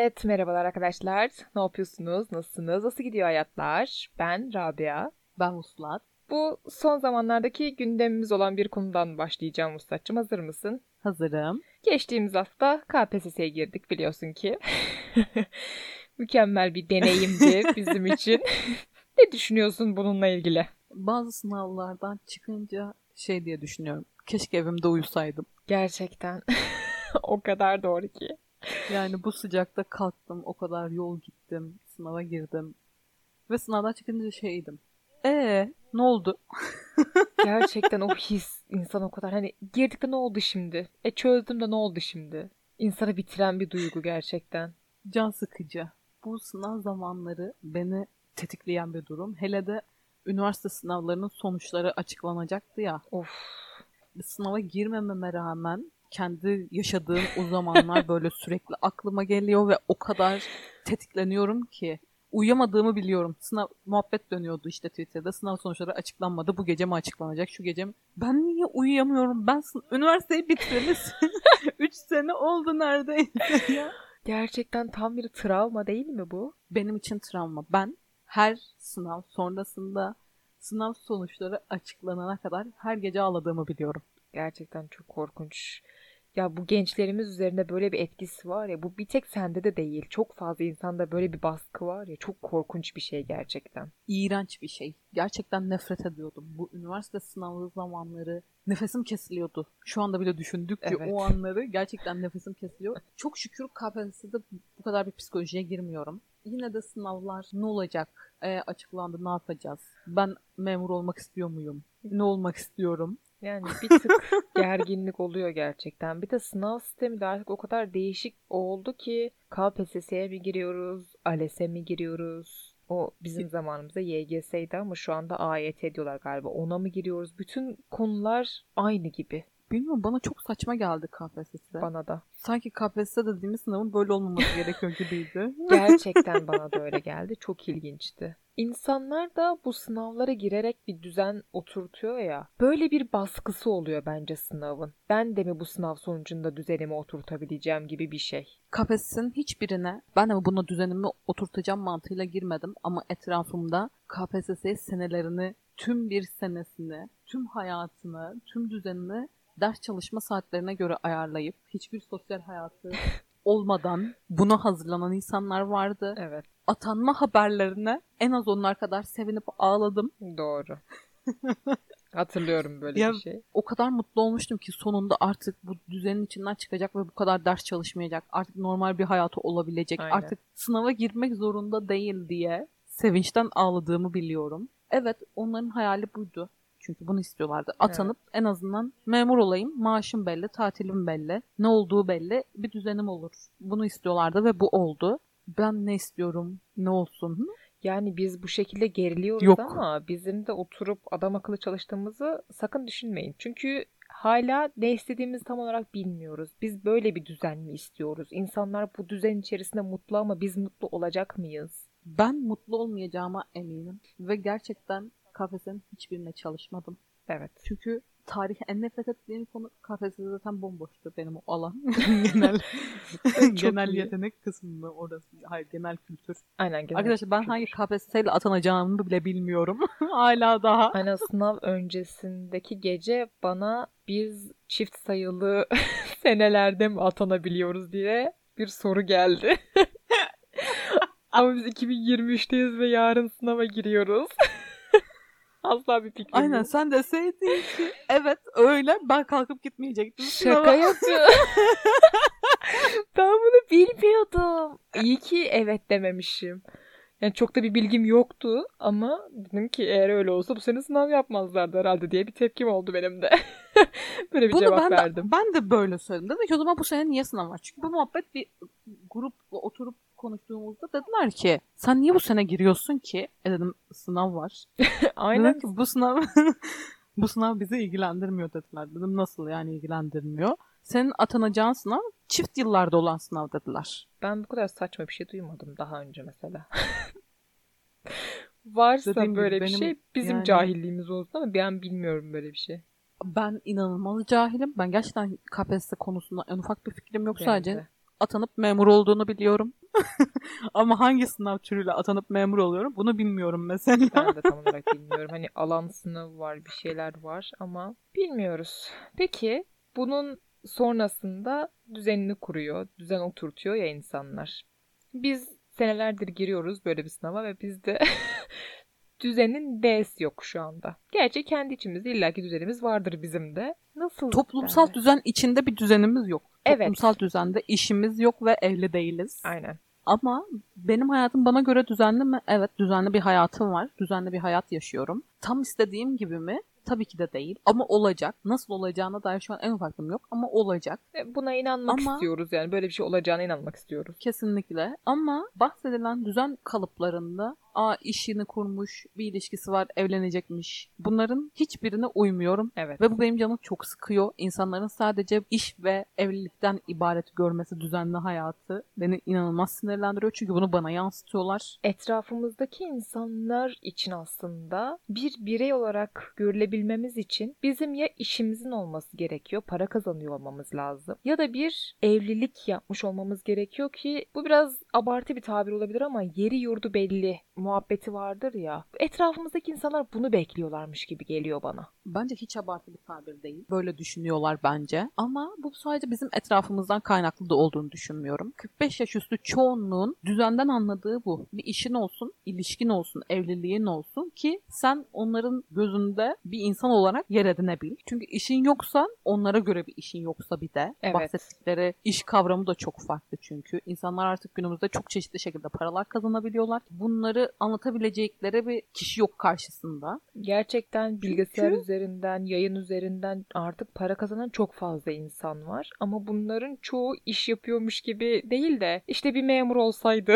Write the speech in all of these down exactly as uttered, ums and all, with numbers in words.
Evet, merhabalar arkadaşlar. Ne yapıyorsunuz? Nasılsınız? Nasıl gidiyor hayatlar? Ben Rabia. Ben Vuslat. Bu son zamanlardaki gündemimiz olan bir konudan başlayacağım Vuslat'cığım. Hazır mısın? Hazırım. Geçtiğimiz hafta K P S S'ye girdik biliyorsun ki. Mükemmel bir deneyimdi bizim için. Ne düşünüyorsun bununla ilgili? Bazı sınavlardan çıkınca şey diye düşünüyorum. Keşke evimde uyusaydım. Gerçekten o kadar doğru ki. Yani bu sıcakta kalktım, o kadar yol gittim, sınava girdim. Ve sınavdan çıkınca şeydim. Ee, ne oldu? Gerçekten o his insan o kadar hani girdikte ne oldu şimdi? E çözdüm de ne oldu şimdi? İnsanı bitiren bir duygu gerçekten. Can sıkıcı. Bu sınav zamanları beni tetikleyen bir durum. Hele de üniversite sınavlarının sonuçları açıklanacaktı ya. Of. Sınava girmememe rağmen kendi yaşadığım o zamanlar böyle sürekli aklıma geliyor ve o kadar tetikleniyorum ki uyuyamadığımı biliyorum. Sınav muhabbet dönüyordu işte Twitter'da. Sınav sonuçları açıklanmadı. Bu gece mi açıklanacak? Şu gece mi? Ben niye uyuyamıyorum? Ben sı- üniversiteyi bitireli üç sene oldu neredeyse ya. Gerçekten tam bir travma değil mi bu? Benim için travma. Ben her sınav sonrasında sınav sonuçları açıklanana kadar her gece ağladığımı biliyorum. Gerçekten çok korkunç. Ya bu gençlerimiz üzerinde böyle bir etkisi var ya, bu bir tek sende de değil. Çok fazla insanda böyle bir baskı var ya, çok korkunç bir şey gerçekten. İğrenç bir şey. Gerçekten nefret ediyordum. Bu üniversite sınavı zamanları nefesim kesiliyordu. Şu anda bile düşündükçe Evet. o anları gerçekten nefesim kesiliyor. Çok şükür K P S S'de bu kadar bir psikolojiye girmiyorum. Yine de sınavlar ne olacak? E, açıklandı, ne yapacağız? Ben memur olmak istiyor muyum? Ne olmak istiyorum? Yani bir tık gerginlik oluyor gerçekten. Bir de sınav sistemi de artık o kadar değişik oldu ki K P S S'ye mi giriyoruz, ALES'e mi giriyoruz? O bizim zamanımızda Y G S'ydi ama şu anda A Y T diyorlar galiba. Ona mı giriyoruz? Bütün konular aynı gibi Bilmiyorum, bana çok saçma geldi K P S S. bana da. Sanki K P S S dediğimiz sınavın böyle olmaması gerekiyor gibiydi. Gerçekten bana da öyle geldi. Çok ilginçti. İnsanlar da bu sınavlara girerek bir düzen oturtuyor ya. Böyle bir baskısı oluyor bence sınavın. Ben de mi bu sınav sonucunda düzenimi oturtabileceğim gibi bir şey. K P S S'nin hiçbirine ben de buna düzenimi oturtacağım mantığıyla girmedim ama etrafımda K P S S senelerini, tüm bir senesini, tüm hayatını, tüm düzenini ders çalışma saatlerine göre ayarlayıp hiçbir sosyal hayatı olmadan buna hazırlanan insanlar vardı. Evet. Atanma haberlerine en az onlar kadar sevinip ağladım. Doğru. Hatırlıyorum böyle Ya, bir şey. o kadar mutlu olmuştum ki sonunda artık bu düzenin içinden çıkacak ve bu kadar ders çalışmayacak. Artık normal bir hayatı olabilecek. Aynen. Artık sınava girmek zorunda değil diye sevinçten ağladığımı biliyorum. Evet, onların hayali buydu. Çünkü bunu istiyorlardı. Atanıp evet, en azından memur olayım, maaşım belli, tatilim belli, ne olduğu belli, bir düzenim olur. Bunu istiyorlardı ve bu oldu. Ben ne istiyorum, ne olsun? Yani biz bu şekilde geriliyoruz Yok. ama bizim de oturup adam akıllı çalıştığımızı sakın düşünmeyin. Çünkü hala ne istediğimizi tam olarak bilmiyoruz. Biz böyle bir düzen mi istiyoruz? İnsanlar bu düzen içerisinde mutlu ama biz mutlu olacak mıyız? Ben mutlu olmayacağıma eminim. Ve gerçekten K P S S'nin hiçbirine çalışmadım. Evet. Çünkü tarih en nefret ettiğim konu, K P S S zaten bomboştu benim o alan. genel genel iyi. Yetenek kısmında orası. Hayır, genel kültür. Aynen, genel Arkadaşlar ben kültür. hangi K P S S ile atanacağımı bile bilmiyorum. Hala daha. Aynen, sınav öncesindeki gece bana biz çift sayılı senelerde mi atanabiliyoruz diye bir soru geldi. Ama biz iki bin yirmi üçteyiz ve yarın sınava giriyoruz. Asla bir fikrim Aynen, yok. sen deseydin ki evet öyle, ben kalkıp gitmeyecektim Şaka sınava. yapıyor. Ben bunu bilmiyordum. İyi ki evet dememişim. Yani çok da bir bilgim yoktu ama dedim ki eğer öyle olsa bu sene sınav yapmazlardı herhalde diye bir tepkim oldu benim de. Böyle bir Bunu cevap ben de, verdim. ben de böyle söyledim. Dedim ki o zaman bu sene niye sınav var? Çünkü bu muhabbet bir grupla oturup konuştuğumuzda dediler ki sen niye bu sene giriyorsun ki? E dedim sınav var. Aynen. Dedim ki bu sınav bu sınav bizi ilgilendirmiyor dediler. Dedim nasıl yani ilgilendirmiyor? Senin atanacağın sınav çift yıllarda olan sınav dediler. Ben bu kadar saçma bir şey duymadım daha önce mesela. Varsa dediğim böyle gibi, bir şey bizim yani, cahilliğimiz olsun ama ben bilmiyorum böyle bir şey. Ben inanılmaz cahilim. Ben gerçekten K P S S konusunda en ufak bir fikrim yok. Ben sadece de. atanıp memur olduğunu biliyorum. Ama hangi sınav türüyle atanıp memur oluyorum bunu bilmiyorum mesela. Ben de tam olarak bilmiyorum. Hani alan sınavı var, bir şeyler var ama bilmiyoruz. Peki bunun sonrasında düzenini kuruyor, düzen oturtuyor ya insanlar. Biz senelerdir giriyoruz böyle bir sınava ve bizde düzenin D'si yok şu anda. Gerçi kendi içimizde illaki düzenimiz vardır bizim de. Nasıl Toplumsal derler? düzen içinde bir düzenimiz yok. Evet. Toplumsal düzende işimiz yok ve evli değiliz. Aynen. Ama benim hayatım bana göre düzenli mi? Evet, düzenli bir hayatım var. Düzenli bir hayat yaşıyorum. Tam istediğim gibi mi? Tabii ki de değil. Ama olacak. Nasıl olacağına dair şu an en ufak fikrim yok. Ama olacak. Buna inanmak Ama, istiyoruz yani. Böyle bir şey olacağına inanmak istiyoruz. Kesinlikle. Ama bahsedilen düzen kalıplarında Aa işini kurmuş, bir ilişkisi var, evlenecekmiş. Bunların hiçbirine uymuyorum. Evet. Ve bu benim canımı çok sıkıyor. İnsanların sadece iş ve evlilikten ibaret görmesi düzenli hayatı beni inanılmaz sinirlendiriyor. Çünkü bunu bana yansıtıyorlar. Etrafımızdaki insanlar için aslında bir birey olarak görülebilmemiz için bizim ya işimizin olması gerekiyor, para kazanıyor olmamız lazım. Ya da bir evlilik yapmış olmamız gerekiyor ki bu biraz abartı bir tabir olabilir ama yeri yurdu belli muhabbeti vardır ya. Etrafımızdaki insanlar bunu bekliyorlarmış gibi geliyor bana. Bence hiç abartı bir tabir değil. Böyle düşünüyorlar bence. Ama bu sadece bizim etrafımızdan kaynaklı da olduğunu düşünmüyorum. kırk beş yaş üstü çoğunluğun düzenden anladığı bu. Bir işin olsun, ilişkin olsun, evliliğin olsun ki sen onların gözünde bir insan olarak yer edinebil. Çünkü işin yoksa, onlara göre bir işin yoksa bir de Evet. bahsettikleri iş kavramı da çok farklı çünkü. İnsanlar artık günümüzde çok çeşitli şekilde paralar kazanabiliyorlar. Bunları anlatabilecekleri bir kişi yok karşısında. Gerçekten bilgisayar Çünkü... üzerinden, yayın üzerinden artık para kazanan çok fazla insan var. Ama bunların çoğu iş yapıyormuş gibi değil de işte bir memur olsaydı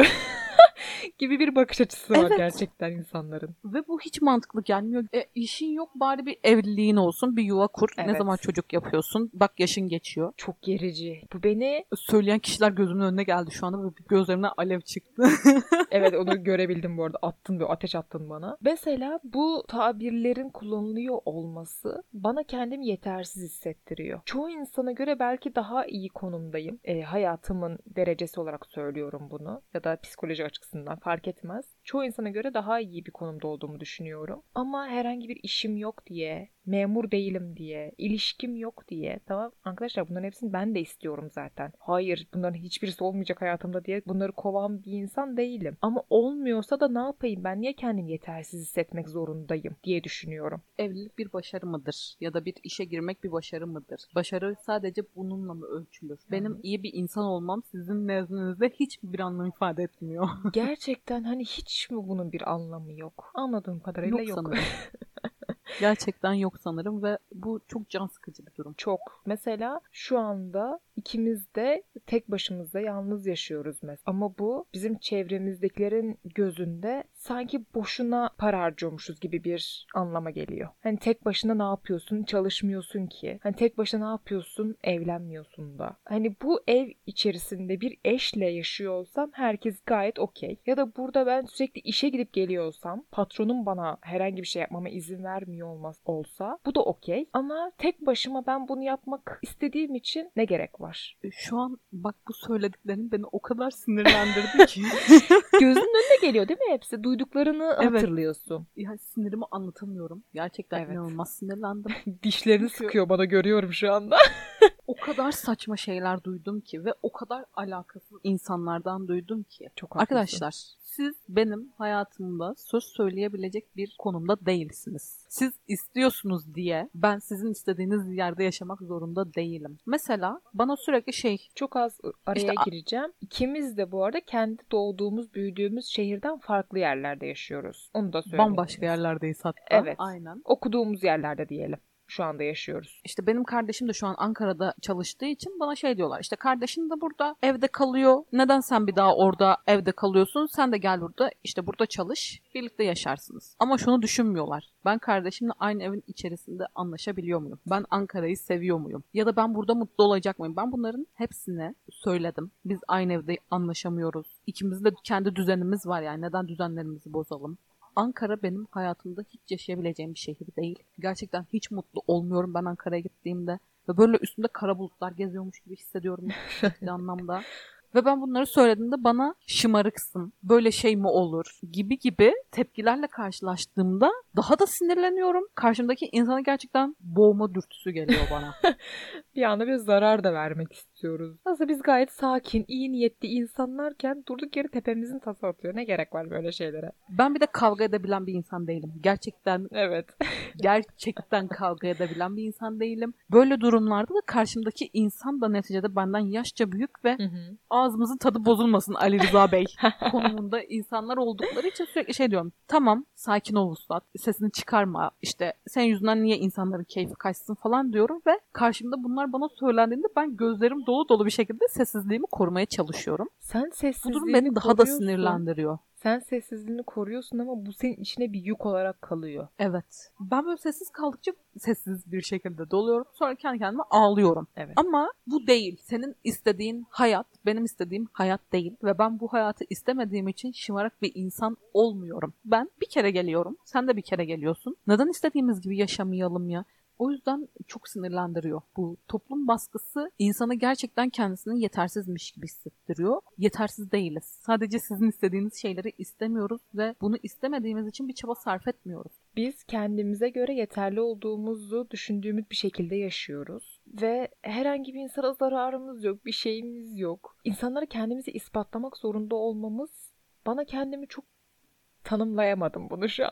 gibi bir bakış açısı var Evet. gerçekten insanların. Ve bu hiç mantıklı gelmiyor. E, işin yok bari bir evliliğin olsun, bir yuva kur. Evet. Ne zaman çocuk yapıyorsun? Bak yaşın geçiyor. Çok gerici. Bu beni... Söyleyen kişiler gözümün önüne geldi şu anda ve gözlerimden alev çıktı. Evet onu görebildim bu arada. Attın bir ateş attın bana. Mesela bu tabirlerin kullanılıyor olması bana kendimi yetersiz hissettiriyor. Çoğu insana göre belki daha iyi konumdayım. E, hayatımın derecesi olarak söylüyorum bunu. Ya da psikoloji açısından fark etmez. Çoğu insana göre daha iyi bir konumda olduğumu düşünüyorum. Ama herhangi bir işim yok diye, memur değilim diye, ilişkim yok diye. Tamam arkadaşlar bunların hepsini ben de istiyorum zaten. Hayır bunların hiçbirisi olmayacak hayatımda diye bunları kovan bir insan değilim. Ama olmuyorsa da ne yapayım ben niye kendimi yetersiz hissetmek zorundayım diye düşünüyorum. Evlilik bir başarı mıdır? Ya da bir işe girmek bir başarı mıdır? Başarı sadece bununla mı ölçülür? Benim iyi bir insan olmam sizin nezdinizde hiçbir anlam ifade etmiyor. Gerçekten hani hiç mi bunun bir anlamı yok? Anladığım kadarıyla yok. Yok sanırım. Gerçekten yok sanırım ve bu çok can sıkıcı bir durum. Çok. Mesela şu anda ikimiz de tek başımıza yalnız yaşıyoruz mesela. Ama bu bizim çevremizdekilerin gözünde sanki boşuna para harcıyormuşuz gibi bir anlama geliyor. Hani tek başına ne yapıyorsun? Çalışmıyorsun ki. Hani tek başına ne yapıyorsun? Evlenmiyorsun da. Hani bu ev içerisinde bir eşle yaşıyor olsam herkes gayet okey. Ya da burada ben sürekli işe gidip geliyorsam patronum bana herhangi bir şey yapmama izin vermiyor olmaz olsa bu da okey. Ama tek başıma ben bunu yapmak istediğim için ne gerek var? Şu an bak bu söylediklerin beni o kadar sinirlendirdi ki. Gözünün önüne geliyor değil mi hepsi? Duyduklarını Evet. hatırlıyorsun. Ya sinirimi anlatamıyorum. Gerçekten Evet. inanılmaz sinirlendim. Dişlerini Çünkü- sıkıyor bana görüyorum şu anda. O kadar saçma şeyler duydum ki ve o kadar alakasız insanlardan duydum ki. Çok haklısın. Arkadaşlar siz benim hayatımda söz söyleyebilecek bir konumda değilsiniz. Siz istiyorsunuz diye ben sizin istediğiniz yerde yaşamak zorunda değilim. Mesela bana sürekli şey... Çok az araya İşte- gireceğim. İkimiz de bu arada kendi doğduğumuz, büyüdüğümüz şehirden farklı yerlerde yaşıyoruz. Onu da söyleyeyim. Bambaşka yerlerdeyiz hatta. Evet. Aynen. Okuduğumuz yerlerde diyelim. Şu anda yaşıyoruz. İşte benim kardeşim de şu an Ankara'da çalıştığı için bana şey diyorlar. İşte kardeşin de burada evde kalıyor. Neden sen bir daha orada evde kalıyorsun? Sen de gel burada işte burada çalış. Birlikte yaşarsınız. Ama şunu düşünmüyorlar. Ben kardeşimle aynı evin içerisinde anlaşabiliyor muyum? Ben Ankara'yı seviyor muyum? Ya da ben burada mutlu olacak mıyım? Ben bunların hepsine söyledim. Biz aynı evde anlaşamıyoruz. İkimizin de kendi düzenimiz var yani. Neden düzenlerimizi bozalım? Ankara benim hayatımda hiç yaşayabileceğim bir şehir değil. Gerçekten hiç mutlu olmuyorum ben Ankara'ya gittiğimde. Ve böyle üstümde kara bulutlar geziyormuş gibi hissediyorum bir anlamda. Ve ben bunları söylediğimde bana şımarıksın, böyle şey mi olur gibi gibi tepkilerle karşılaştığımda daha da sinirleniyorum. Karşımdaki insana gerçekten boğma dürtüsü geliyor bana. Bir anda bir zarar da vermek istiyoruz. Aslında biz gayet sakin, iyi niyetli insanlarken durduk yere tepemizin tası atıyor. Ne gerek var böyle şeylere? Ben bir de kavga edebilen bir insan değilim. Gerçekten Evet. gerçekten kavga edebilen bir insan değilim. Böyle durumlarda da karşımdaki insan da neticede benden yaşça büyük ve Hı hı. ağzımızın tadı bozulmasın Ali Rıza Bey konumunda insanlar oldukları için sürekli şey diyorum. Tamam, sakin ol Vuslat. Sesini çıkarma. İşte sen yüzünden niye insanların keyfi kaçsın falan diyorum ve karşımda bunlar bana söylendiğinde ben gözlerim dolu dolu bir şekilde sessizliğimi korumaya çalışıyorum. Sen Bu sessizliğini durum beni daha da koruyorsun. sinirlendiriyor. Sen sessizliğini koruyorsun ama bu senin içine bir yük olarak kalıyor. Evet. Ben böyle sessiz kaldıkça sessiz bir şekilde doluyorum. Sonra kendi kendime ağlıyorum. Evet. Ama bu değil. Senin istediğin hayat benim istediğim hayat değil. Ve ben bu hayatı istemediğim için şımarık bir insan olmuyorum. Ben bir kere geliyorum. Sen de bir kere geliyorsun. Neden istediğimiz gibi yaşamayalım ya? O yüzden çok sinirlendiriyor. Bu toplum baskısı insanı gerçekten kendisini yetersizmiş gibi hissettiriyor. Yetersiz değiliz. Sadece sizin istediğiniz şeyleri istemiyoruz ve bunu istemediğimiz için bir çaba sarf etmiyoruz. Biz kendimize göre yeterli olduğumuzu düşündüğümüz bir şekilde yaşıyoruz. Ve herhangi bir insana zararımız yok, bir şeyimiz yok. İnsanlara kendimizi ispatlamak zorunda olmamız, bana kendimi çok tanımlayamadım bunu şu an.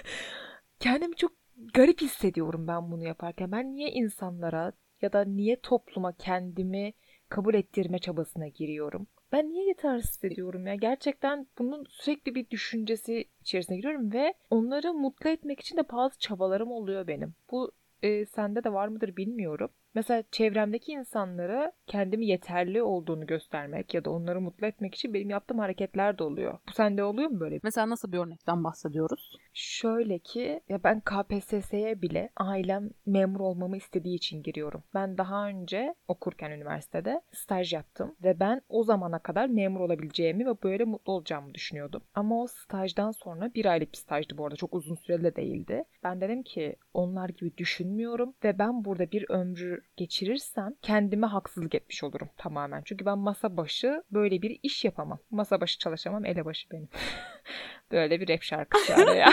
Kendimi çok garip hissediyorum ben bunu yaparken. Ben niye insanlara ya da niye topluma kendimi kabul ettirme çabasına giriyorum? Ben niye yetersiz hissediyorum ya? Gerçekten bunun sürekli bir düşüncesi içerisine giriyorum ve onları mutlu etmek için de bazı çabalarım oluyor benim. Bu e, sende de var mıdır bilmiyorum. Mesela çevremdeki insanlara kendimi yeterli olduğunu göstermek ya da onları mutlu etmek için benim yaptığım hareketler de oluyor. Bu sende oluyor mu böyle? Mesela nasıl bir örnekten bahsediyoruz? Şöyle ki ya ben K P S S'ye bile ailem memur olmamı istediği için giriyorum. Ben daha önce okurken üniversitede staj yaptım ve ben o zamana kadar memur olabileceğimi ve böyle mutlu olacağımı düşünüyordum. Ama o stajdan sonra bir aylık bir stajdı bu arada, çok uzun süreli de değildi. Ben dedim ki onlar gibi düşünmüyorum ve ben burada bir ömrü geçirirsem kendime haksızlık etmiş olurum tamamen. Çünkü ben masa başı böyle bir iş yapamam. Masa başı çalışamam, elebaşı benim. Böyle bir rap şarkısı araya.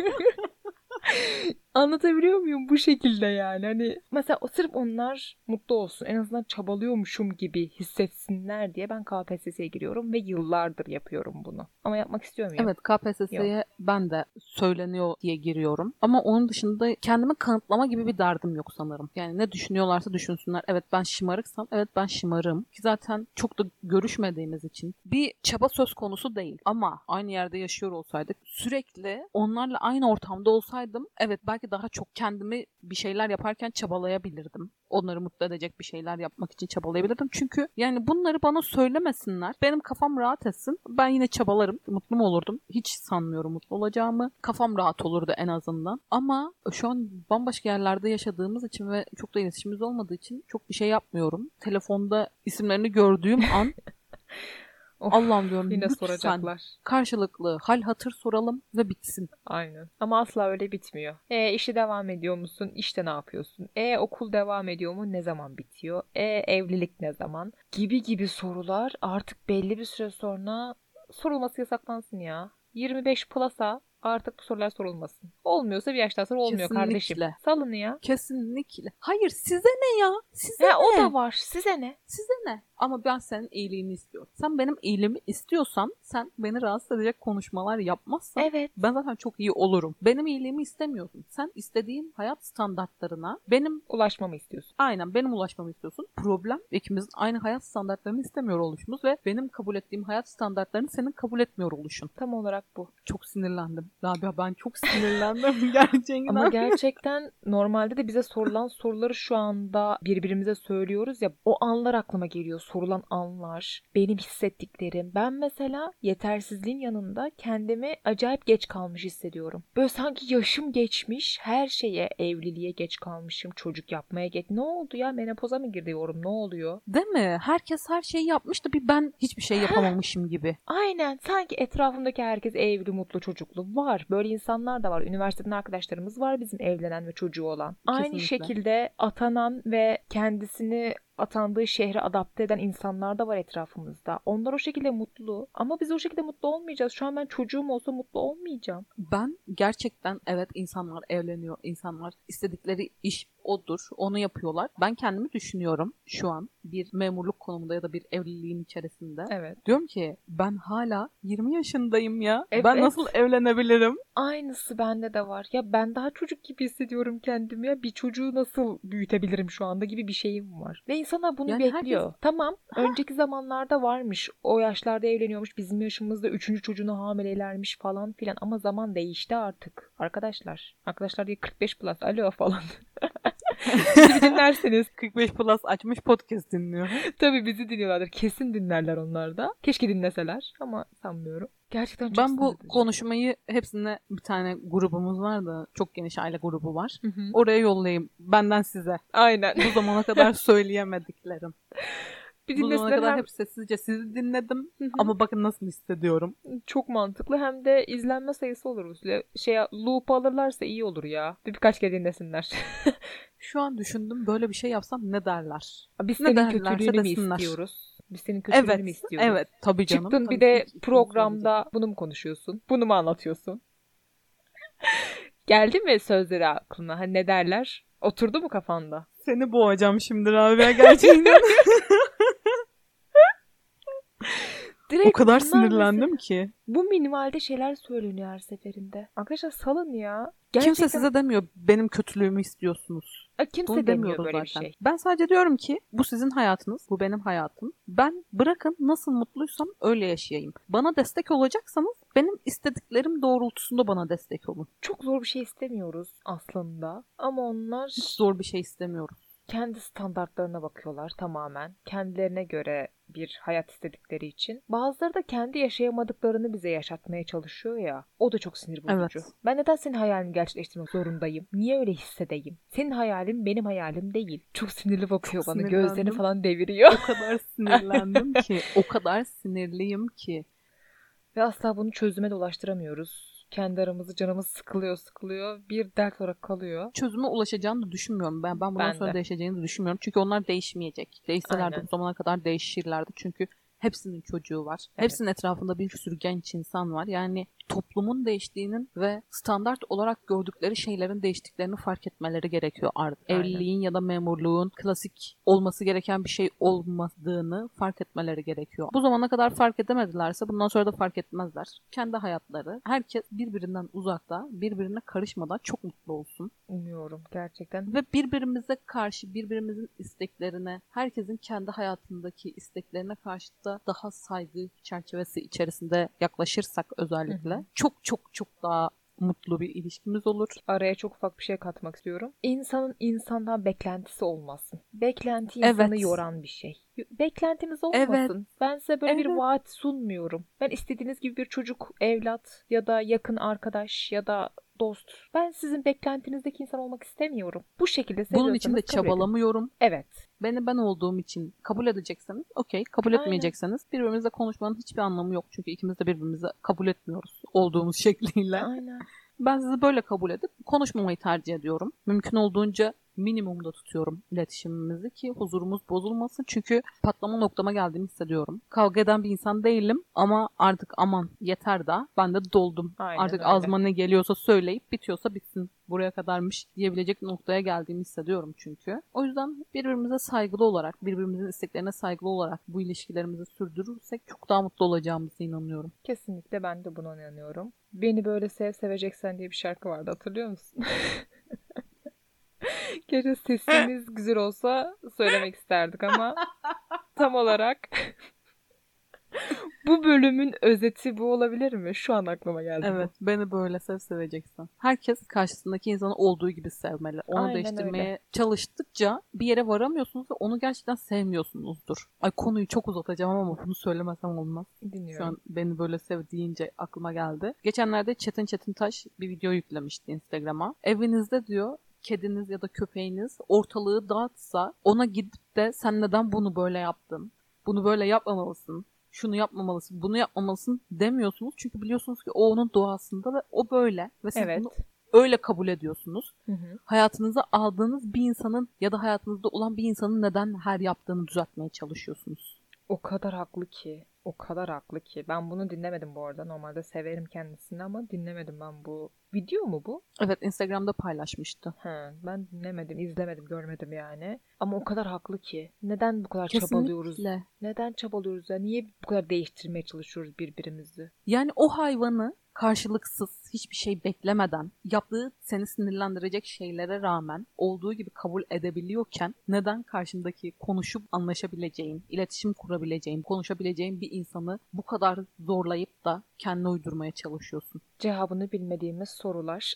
Anlatabiliyor muyum bu şekilde yani? Hani mesela o sırf onlar mutlu olsun, en azından çabalıyormuşum gibi hissetsinler diye ben K P S S'ye giriyorum ve yıllardır yapıyorum bunu. Ama yapmak istiyor muyum? Evet, K P S S'ye yok. Ben de söyleniyor diye giriyorum. Ama onun dışında kendimi kanıtlama gibi bir derdim yok sanırım. Yani ne düşünüyorlarsa düşünsünler. Evet ben şımarıksam, evet ben şımarım. Ki zaten çok da görüşmediğimiz için bir çaba söz konusu değil. Ama aynı yerde yaşıyor olsaydık, sürekli onlarla aynı ortamda olsaydım, evet belki daha çok kendimi bir şeyler yaparken çabalayabilirdim. Onları mutlu edecek bir şeyler yapmak için çabalayabilirdim. Çünkü yani bunları bana söylemesinler. Benim kafam rahat etsin. Ben yine çabalarım. Mutlu mu olurdum? Hiç sanmıyorum mutlu olacağımı. Kafam rahat olurdu en azından. Ama şu an bambaşka yerlerde yaşadığımız için ve çok da iletişimimiz olmadığı için çok bir şey yapmıyorum. Telefonda isimlerini gördüğüm an Of, Allah'ım diyorum yine lütfen soracaklar. Karşılıklı hal hatır soralım ve bitsin. Aynen. Ama asla öyle bitmiyor. E işi devam ediyor musun? İşte ne yapıyorsun? E okul devam ediyor mu? Ne zaman bitiyor? E evlilik ne zaman? Gibi gibi sorular artık belli bir süre sonra sorulması yasaklansın ya. yirmi beş plus'a artık bu sorular sorulmasın. Olmuyorsa bir yaştan sonra olmuyor Kesinlikle. kardeşim. Salın ya. Kesinlikle. Hayır size ne ya? Size Ya ne? o da var. Size ne? Size ne? Ama ben senin iyiliğini istiyorum. Sen benim iyiliğimi istiyorsan, sen beni rahatsız edecek konuşmalar yapmazsan Evet. ben zaten çok iyi olurum. Benim iyiliğimi istemiyorsun. Sen istediğin hayat standartlarına benim Ulaşmamı istiyorsun. aynen benim ulaşmamı istiyorsun. Problem ikimizin aynı hayat standartlarını istemiyor oluşumuz ve benim kabul ettiğim hayat standartlarını senin kabul etmiyor oluşun. Tam olarak bu. Çok sinirlendim. Rabia ben çok sinirlendim gerçekten. Ama gerçekten normalde de bize sorulan soruları şu anda birbirimize söylüyoruz ya, o anlar aklıma geliyor. Sorulan anlar, benim hissettiklerim. Ben mesela yetersizliğin yanında kendimi acayip geç kalmış hissediyorum. Böyle sanki yaşım geçmiş, her şeye, evliliğe geç kalmışım, çocuk yapmaya geç. Ne oldu ya? Menopoza mı giriyorum? Ne oluyor? Değil mi? Herkes her şeyi yapmış da bir ben hiçbir şey yapamamışım gibi. Aynen. Sanki etrafımdaki herkes evli, mutlu, çocuklu. Var. Böyle insanlar da var. Üniversiteden arkadaşlarımız var bizim evlenen ve çocuğu olan. Aynı Kesinlikle. şekilde atanan ve kendisini atandığı şehre adapte eden insanlar da var etrafımızda. Onlar o şekilde mutlu. Ama biz o şekilde mutlu olmayacağız. Şu an ben çocuğum olsa mutlu olmayacağım. Ben gerçekten evet insanlar evleniyor. İnsanlar istedikleri iş odur. Onu yapıyorlar. Ben kendimi düşünüyorum şu an bir memurluk konumunda ya da bir evliliğin içerisinde. Evet. Diyorum ki ben hala yirmi yaşındayım ya. Evet. Ben nasıl evlenebilirim? Aynısı bende de var. Ya ben daha çocuk gibi hissediyorum kendimi ya. Bir çocuğu nasıl büyütebilirim şu anda gibi bir şeyim var. Ve insanlar bunu Yani bekliyor. herkes... Tamam. Önceki zamanlarda varmış. O yaşlarda evleniyormuş. Bizim yaşımızda üçüncü çocuğunu hamilelermiş falan filan. Ama zaman değişti artık. Arkadaşlar. Arkadaşlar diye kırk beş plus. Alo falan. Bizi dinlerseniz. kırk beş plus açmış podcast dinliyor. Tabii bizi dinliyorlardır. Kesin dinlerler onlar da. Keşke dinleseler ama sanmıyorum. Gerçekten çok Ben bu sinirli. konuşmayı hepsine bir tane grubumuz var da çok geniş aile grubu var. Hı hı. Oraya yollayayım. Benden size. Aynen. Bu zamana kadar söyleyemediklerim. Bir Bu zamana kadar hem... hep sessizce sizi dinledim. Hı hı. Ama bakın nasıl hissediyorum. Çok mantıklı. Hem de izlenme sayısı olur. Şey, loop alırlarsa iyi olur ya. Bir birkaç kere dinlesinler. Şu an düşündüm böyle bir şey yapsam ne derler? Biz ne senin kötülüğünü mü istiyoruz? Biz senin kötülüğünü evet, mü istiyoruz? Evet, tabii canım. Çıktın tabii bir de ilk, programda bunu mu konuşuyorsun? Bunu mu anlatıyorsun? Geldi mi sözleri aklına? Hani ne derler? Oturdu mu kafanda? Seni boğacağım şimdi Rabia gerçekten. Direkt o kadar bunlar sinirlendim mesela, ki. Bu minimalde şeyler söyleniyor her seferinde. Arkadaşlar salın ya. Gerçekten... Kimse size demiyor benim kötülüğümü istiyorsunuz. A, kimse Bunu demiyor demiyoruz böyle zaten. bir şey. Ben sadece diyorum ki bu sizin hayatınız, bu benim hayatım. Ben bırakın nasıl mutluysam öyle yaşayayım. Bana destek olacaksanız benim istediklerim doğrultusunda bana destek olun. Çok zor bir şey istemiyoruz aslında. Ama onlar... Hiç zor bir şey istemiyoruz. Kendi standartlarına bakıyorlar tamamen. Kendilerine göre bir hayat istedikleri için. Bazıları da kendi yaşayamadıklarını bize yaşatmaya çalışıyor ya. O da çok sinir bozucu. Evet. Ben neden senin hayalini gerçekleştirmek zorundayım? Niye öyle hissedeyim? Senin hayalin benim hayalim değil. Çok sinirli bakıyor çok bana. Gözlerini falan deviriyor. O kadar sinirlendim ki. O kadar sinirliyim ki. Ve asla bunu çözüme dolaştıramıyoruz. Kendi aramızda canımız sıkılıyor sıkılıyor. Bir dert olarak kalıyor. Çözüme ulaşacağını da düşünmüyorum. Ben ben bundan ben sonra de. değişeceğini de düşünmüyorum. Çünkü onlar değişmeyecek. Değişselerdi bu zamana kadar değişirlerdi. Çünkü hepsinin çocuğu var. Evet. Hepsinin etrafında bir sürü genç insan var. Yani toplumun değiştiğinin ve standart olarak gördükleri şeylerin değiştiklerini fark etmeleri gerekiyor artık. Aynen. Evliliğin ya da memurluğun klasik olması gereken bir şey olmadığını fark etmeleri gerekiyor. Bu zamana kadar fark edemedilerse bundan sonra da fark etmezler. Kendi hayatları. Herkes birbirinden uzakta, birbirine karışmadan çok mutlu olsun. Umuyorum gerçekten. Ve birbirimize karşı, birbirimizin isteklerine, herkesin kendi hayatındaki isteklerine karşı da daha saygı çerçevesi içerisinde yaklaşırsak özellikle hı hı. çok çok çok daha mutlu bir ilişkimiz olur. Araya çok ufak bir şey katmak istiyorum. İnsanın insandan beklentisi olmasın. Beklenti insanı evet. yoran bir şey. Beklentiniz olmasın. Evet. Ben size böyle evet. bir vaat sunmuyorum. Ben istediğiniz gibi bir çocuk, evlat ya da yakın arkadaş ya da dost. Ben sizin beklentinizdeki insan olmak istemiyorum. Bu şekilde seviyorsanız bunun için de çabalamıyorum. Edin. Evet. Beni ben olduğum için kabul edecekseniz okey. Kabul Aynen. etmeyecekseniz birbirimizle konuşmanın hiçbir anlamı yok. Çünkü ikimiz de birbirimizi kabul etmiyoruz olduğumuz şekliyle. Aynen. Ben sizi böyle kabul edip konuşmamayı tercih ediyorum. Mümkün olduğunca minimumda tutuyorum iletişimimizi ki huzurumuz bozulmasın. Çünkü patlama noktama geldiğimi hissediyorum. Kavga eden bir insan değilim ama artık aman yeter da ben de doldum. Aynen artık öyle. Ağzıma ne geliyorsa söyleyip bitiyorsa bitsin. Buraya kadarmış diyebilecek noktaya geldiğimi hissediyorum çünkü. O yüzden birbirimize saygılı olarak, birbirimizin isteklerine saygılı olarak bu ilişkilerimizi sürdürürsek çok daha mutlu olacağımıza inanıyorum. Kesinlikle ben de buna inanıyorum. Beni böyle sev seveceksen diye bir şarkı vardı, hatırlıyor musun? Gerçi sesimiz güzel olsa söylemek isterdik ama tam olarak bu bölümün özeti bu olabilir mi? Şu an aklıma geldi. Evet, bu. Beni böyle sev seveceksin. Herkes karşısındaki insanı olduğu gibi sevmeli. Onu Aynen değiştirmeye öyle. Çalıştıkça bir yere varamıyorsunuz ve onu gerçekten sevmiyorsunuzdur. Ay konuyu çok uzatacağım ama bunu söylemesem olmaz. Dinliyorum. Şu an beni böyle sev deyince aklıma geldi. Geçenlerde Çetin Çetintaş bir video yüklemişti Instagram'a. Evinizde diyor kediniz ya da köpeğiniz ortalığı dağıtsa ona gidip de sen neden bunu böyle yaptın? Bunu böyle yapmamalısın. Şunu yapmamalısın, bunu yapmamalısın demiyorsunuz. Çünkü biliyorsunuz ki o onun doğasında ve o böyle. Ve siz evet. bunu öyle kabul ediyorsunuz. Hı hı. Hayatınıza aldığınız bir insanın ya da hayatınızda olan bir insanın neden her yaptığını düzeltmeye çalışıyorsunuz? O kadar haklı ki. O kadar haklı ki. Ben bunu dinlemedim bu arada. Normalde severim kendisini ama dinlemedim ben bu. Video mu bu? Evet, Instagram'da paylaşmıştı. He, ben dinlemedim, izlemedim, görmedim yani. Ama o kadar haklı ki. Neden bu kadar Kesinlikle. çabalıyoruz? Neden çabalıyoruz ya? Niye bu kadar değiştirmeye çalışıyoruz birbirimizi? Yani o hayvanı karşılıksız, hiçbir şey beklemeden, yaptığı seni sinirlendirecek şeylere rağmen olduğu gibi kabul edebiliyorken neden karşındaki konuşup anlaşabileceğin, iletişim kurabileceğin, konuşabileceğin bir insanı bu kadar zorlayıp da kendine uydurmaya çalışıyorsun? Cevabını bilmediğimiz sorular.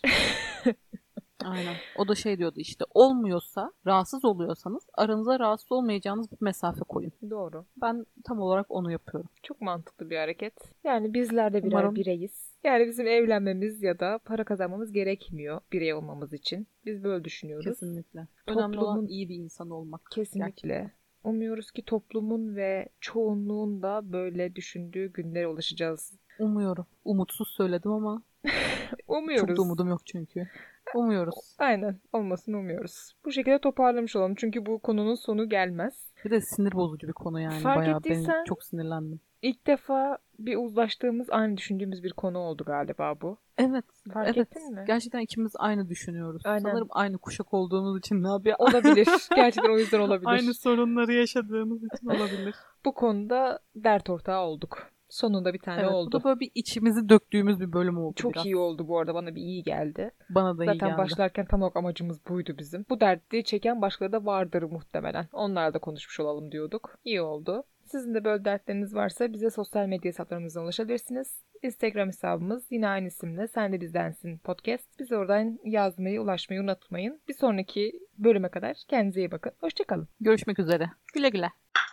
Aynen. O da şey diyordu işte, olmuyorsa, rahatsız oluyorsanız aranıza rahatsız olmayacağınız bir mesafe koyun. Doğru. Ben tam olarak onu yapıyorum. Çok mantıklı bir hareket. Yani bizler de birer Umarım... bireyiz. Yani bizim evlenmemiz ya da para kazanmamız gerekmiyor birey olmamız için. Biz böyle düşünüyoruz. Kesinlikle. Önemli Toplumun... olan iyi bir insan olmak. Kesinlikle. Gerçekten. Umuyoruz ki toplumun ve çoğunluğun da böyle düşündüğü günlere ulaşacağız. Umuyorum. Umutsuz söyledim ama umuyoruz. Çok da umudum yok çünkü. Umuyoruz. Aynen. Olmasını umuyoruz. Bu şekilde toparlamış olalım. Çünkü bu konunun sonu gelmez. Bir de sinir bozucu bir konu yani. Fark Bayağı ettiysen, ben çok sinirlendim. İlk defa bir uzlaştığımız, aynı düşündüğümüz bir konu oldu galiba bu. Evet. Fark evet. ettin mi? Gerçekten ikimiz aynı düşünüyoruz. Aynen. Sanırım aynı kuşak olduğumuz için ne yapıyor? Olabilir. Gerçekten o yüzden olabilir. Aynı sorunları yaşadığımız için olabilir. Bu konuda dert ortağı olduk. Sonunda bir tane evet, oldu. Bu da böyle bir içimizi döktüğümüz bir bölüm oldu. Çok biraz. iyi oldu bu arada. Bana bir iyi geldi. Bana da Zaten iyi geldi. Zaten başlarken tam olarak amacımız buydu bizim. Bu dertli çeken başkaları da vardır muhtemelen. Onlarla da konuşmuş olalım diyorduk. İyi oldu. Sizin de böyle dertleriniz varsa bize sosyal medya hesaplarımızdan ulaşabilirsiniz. Instagram hesabımız yine aynı isimle Sen de Bizdensin Podcast. Bize oradan yazmayı, ulaşmayı unutmayın. Bir sonraki bölüme kadar kendinize iyi bakın. Hoşçakalın. Görüşmek üzere. Güle güle.